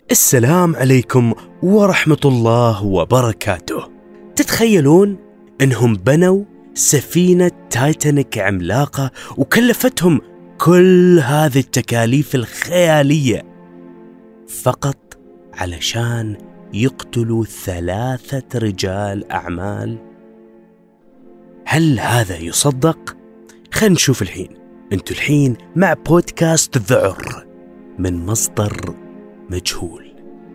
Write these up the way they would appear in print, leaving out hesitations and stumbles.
السلام عليكم ورحمة الله وبركاته. تتخيلون أنهم بنوا سفينة تايتانيك عملاقة وكلفتهم كل هذه التكاليف الخيالية فقط علشان يقتلوا 3 رجال أعمال؟ هل هذا يصدق؟ خلينا نشوف الحين. انتوا الحين مع بودكاست ذعر من مصدر مجهول.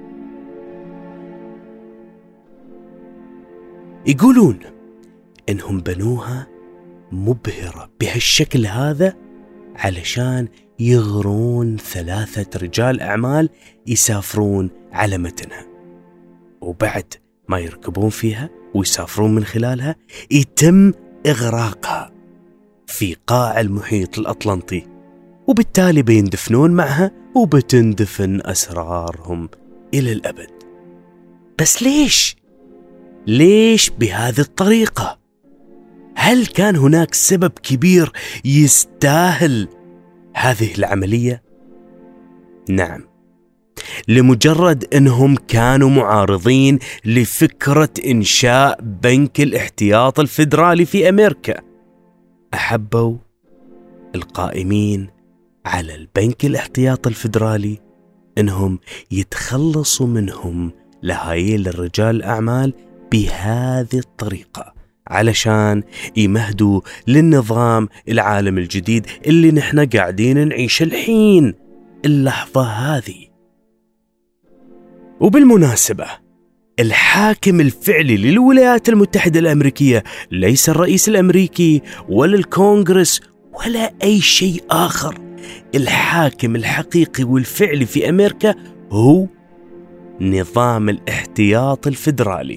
يقولون انهم بنوها مبهرة بهالشكل هذا علشان يغرون 3 رجال أعمال يسافرون على متنها، وبعد ما يركبون فيها ويسافرون من خلالها يتم إغراقها في قاع المحيط الأطلنطي، وبالتالي بيندفنون معها وبتندفن أسرارهم إلى الأبد. بس ليش بهذه الطريقة؟ هل كان هناك سبب كبير يستاهل هذه العملية؟ نعم، لمجرد أنهم كانوا معارضين لفكرة إنشاء بنك الاحتياط الفيدرالي في أمريكا. أحبوا القائمين على البنك الاحتياط الفيدرالي أنهم يتخلصوا منهم لهايل الرجال الأعمال بهذه الطريقة علشان يمهدوا للنظام العالم الجديد اللي نحن قاعدين نعيش الحين اللحظة هذه. وبالمناسبة الحاكم الفعلي للولايات المتحدة الأمريكية ليس الرئيس الأمريكي ولا الكونغرس ولا أي شيء آخر. الحاكم الحقيقي والفعلي في أمريكا هو نظام الاحتياط الفيدرالي.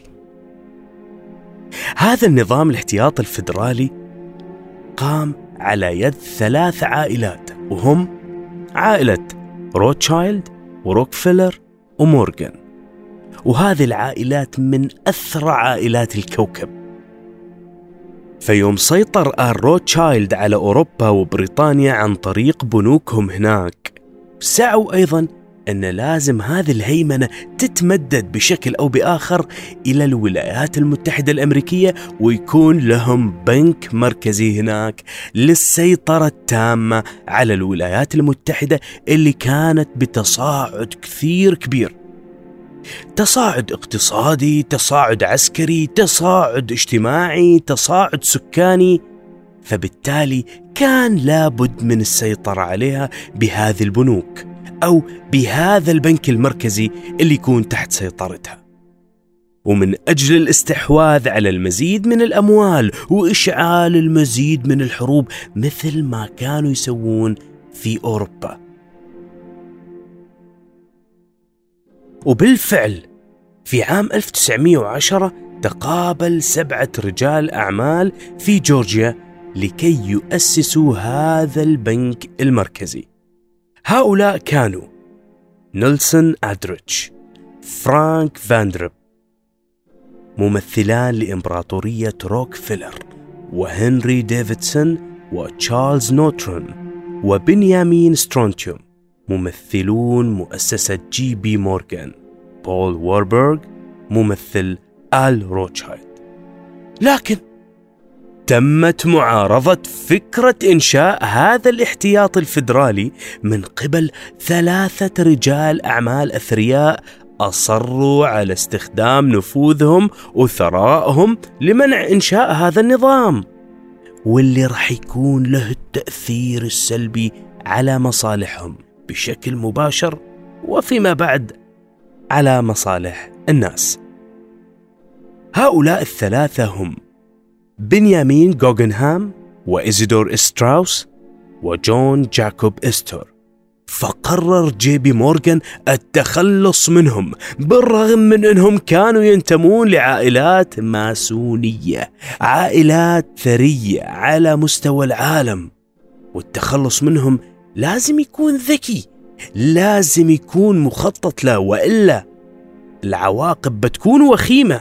هذا النظام الاحتياط الفيدرالي قام على يد 3 عائلات، وهم عائلة روتشايلد وروكفيلر ومورغان، وهذه العائلات من أثرى عائلات الكوكب. فيوم سيطر روتشايلد على أوروبا وبريطانيا عن طريق بنوكهم هناك، سعوا أيضا أن لازم هذه الهيمنة تتمدد بشكل أو بآخر إلى الولايات المتحدة الأمريكية، ويكون لهم بنك مركزي هناك للسيطرة التامة على الولايات المتحدة اللي كانت بتصاعد كثير كبير، تصاعد اقتصادي، تصاعد عسكري، تصاعد اجتماعي، تصاعد سكاني. فبالتالي كان لابد من السيطرة عليها بهذه البنوك أو بهذا البنك المركزي اللي يكون تحت سيطرتها، ومن أجل الاستحواذ على المزيد من الأموال وإشعال المزيد من الحروب مثل ما كانوا يسوون في أوروبا. وبالفعل في عام 1910 تقابل 7 رجال أعمال في جورجيا لكي يؤسسوا هذا البنك المركزي. هؤلاء كانوا نيلسون أدريتش، فرانك فاندرب، ممثلان لإمبراطورية روكفيلر، وهنري ديفيدسون، وتشارلز نوترون، وبنيامين سترونتيوم، ممثلون مؤسسة جي بي مورغان، بول واربرغ، ممثل آل روتشايلد. لكن تمت معارضة فكرة إنشاء هذا الاحتياط الفيدرالي من قبل 3 رجال أعمال أثرياء أصروا على استخدام نفوذهم وثرائهم لمنع إنشاء هذا النظام، واللي راح يكون له التأثير السلبي على مصالحهم بشكل مباشر، وفيما بعد على مصالح الناس. هؤلاء ال3 هم بنيامين غوغنهام، وإيزيدور إستراوس، وجون جاكوب إستور. فقرر جي بي مورغان التخلص منهم بالرغم من أنهم كانوا ينتمون لعائلات ماسونية، عائلات ثرية على مستوى العالم، والتخلص منهم لازم يكون ذكي، لازم يكون مخطط له، وإلا العواقب بتكون وخيمة.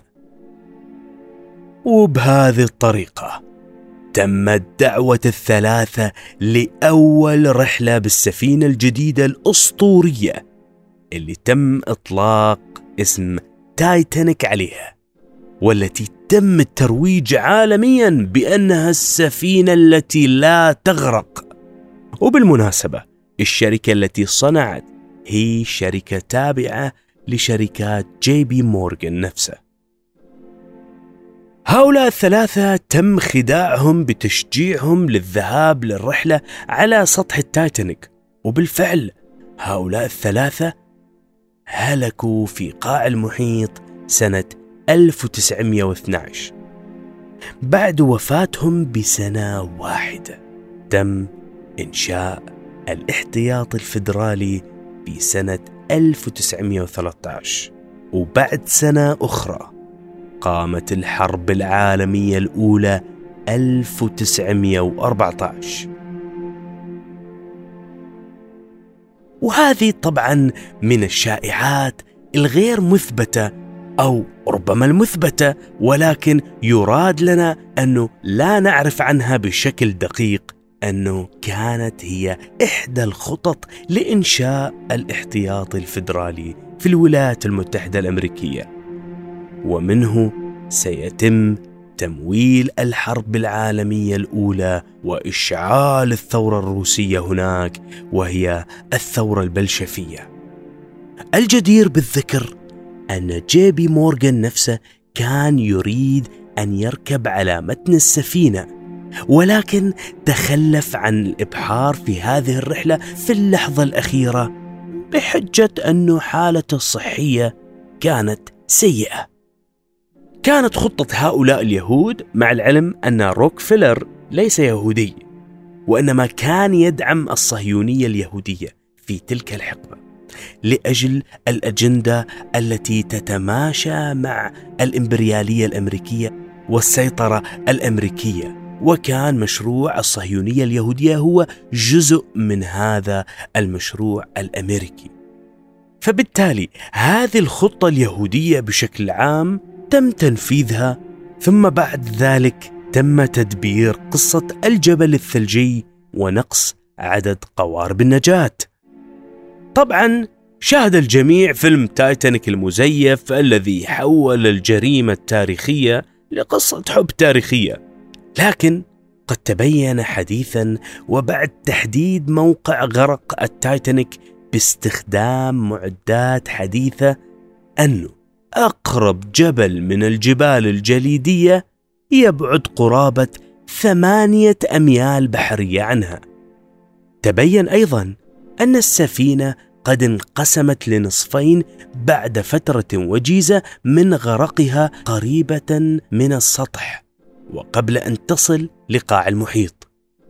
وبهذه الطريقة تمت دعوة ال3 لأول رحلة بالسفينة الجديدة الأسطورية اللي تم إطلاق اسم تايتانيك عليها، والتي تم الترويج عالميا بأنها السفينة التي لا تغرق. وبالمناسبة الشركة التي صنعت هي شركة تابعة لشركات جي بي مورغان نفسه. هؤلاء الثلاثة تم خداعهم بتشجيعهم للذهاب للرحلة على سطح التايتانيك، وبالفعل هؤلاء الثلاثة هلكوا في قاع المحيط سنة 1912. بعد وفاتهم بسنة واحدة تم إنشاء الاحتياط الفيدرالي في سنة 1913، وبعد سنة أخرى قامت الحرب العالمية الأولى 1914. وهذه طبعا من الشائعات الغير مثبتة أو ربما المثبتة، ولكن يراد لنا أنه لا نعرف عنها بشكل دقيق أنه كانت هي إحدى الخطط لإنشاء الاحتياط الفيدرالي في الولايات المتحدة الأمريكية، ومنه سيتم تمويل الحرب العالمية الأولى وإشعال الثورة الروسية هناك، وهي الثورة البلشفية. الجدير بالذكر أن جي بي مورغان نفسه كان يريد أن يركب على متن السفينة، ولكن تخلف عن الإبحار في هذه الرحلة في اللحظة الأخيرة بحجة أن حالته الصحية كانت سيئة. كانت خطة هؤلاء اليهود، مع العلم أن روكفيلر ليس يهودي، وإنما كان يدعم الصهيونية اليهودية في تلك الحقبة لأجل الأجندة التي تتماشى مع الإمبريالية الأمريكية والسيطرة الأمريكية، وكان مشروع الصهيونية اليهودية هو جزء من هذا المشروع الأمريكي. فبالتالي هذه الخطة اليهودية بشكل عام تم تنفيذها، ثم بعد ذلك تم تدبير قصة الجبل الثلجي ونقص عدد قوارب النجاة. طبعا شاهد الجميع فيلم تايتانيك المزيف الذي حول الجريمة التاريخية لقصة حب تاريخية، لكن قد تبين حديثا وبعد تحديد موقع غرق التايتانيك باستخدام معدات حديثة أنه أقرب جبل من الجبال الجليدية يبعد قرابة 8 أميال بحرية عنها. تبين أيضا أن السفينة قد انقسمت لنصفين بعد فترة وجيزة من غرقها قريبة من السطح وقبل أن تصل لقاع المحيط.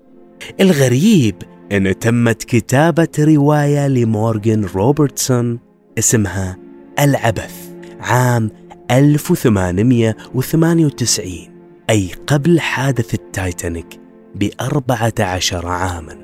الغريب أن تمت كتابة رواية لمورغان روبرتسون اسمها العبث عام 1898، أي قبل حادث التايتانيك ب14 عاما.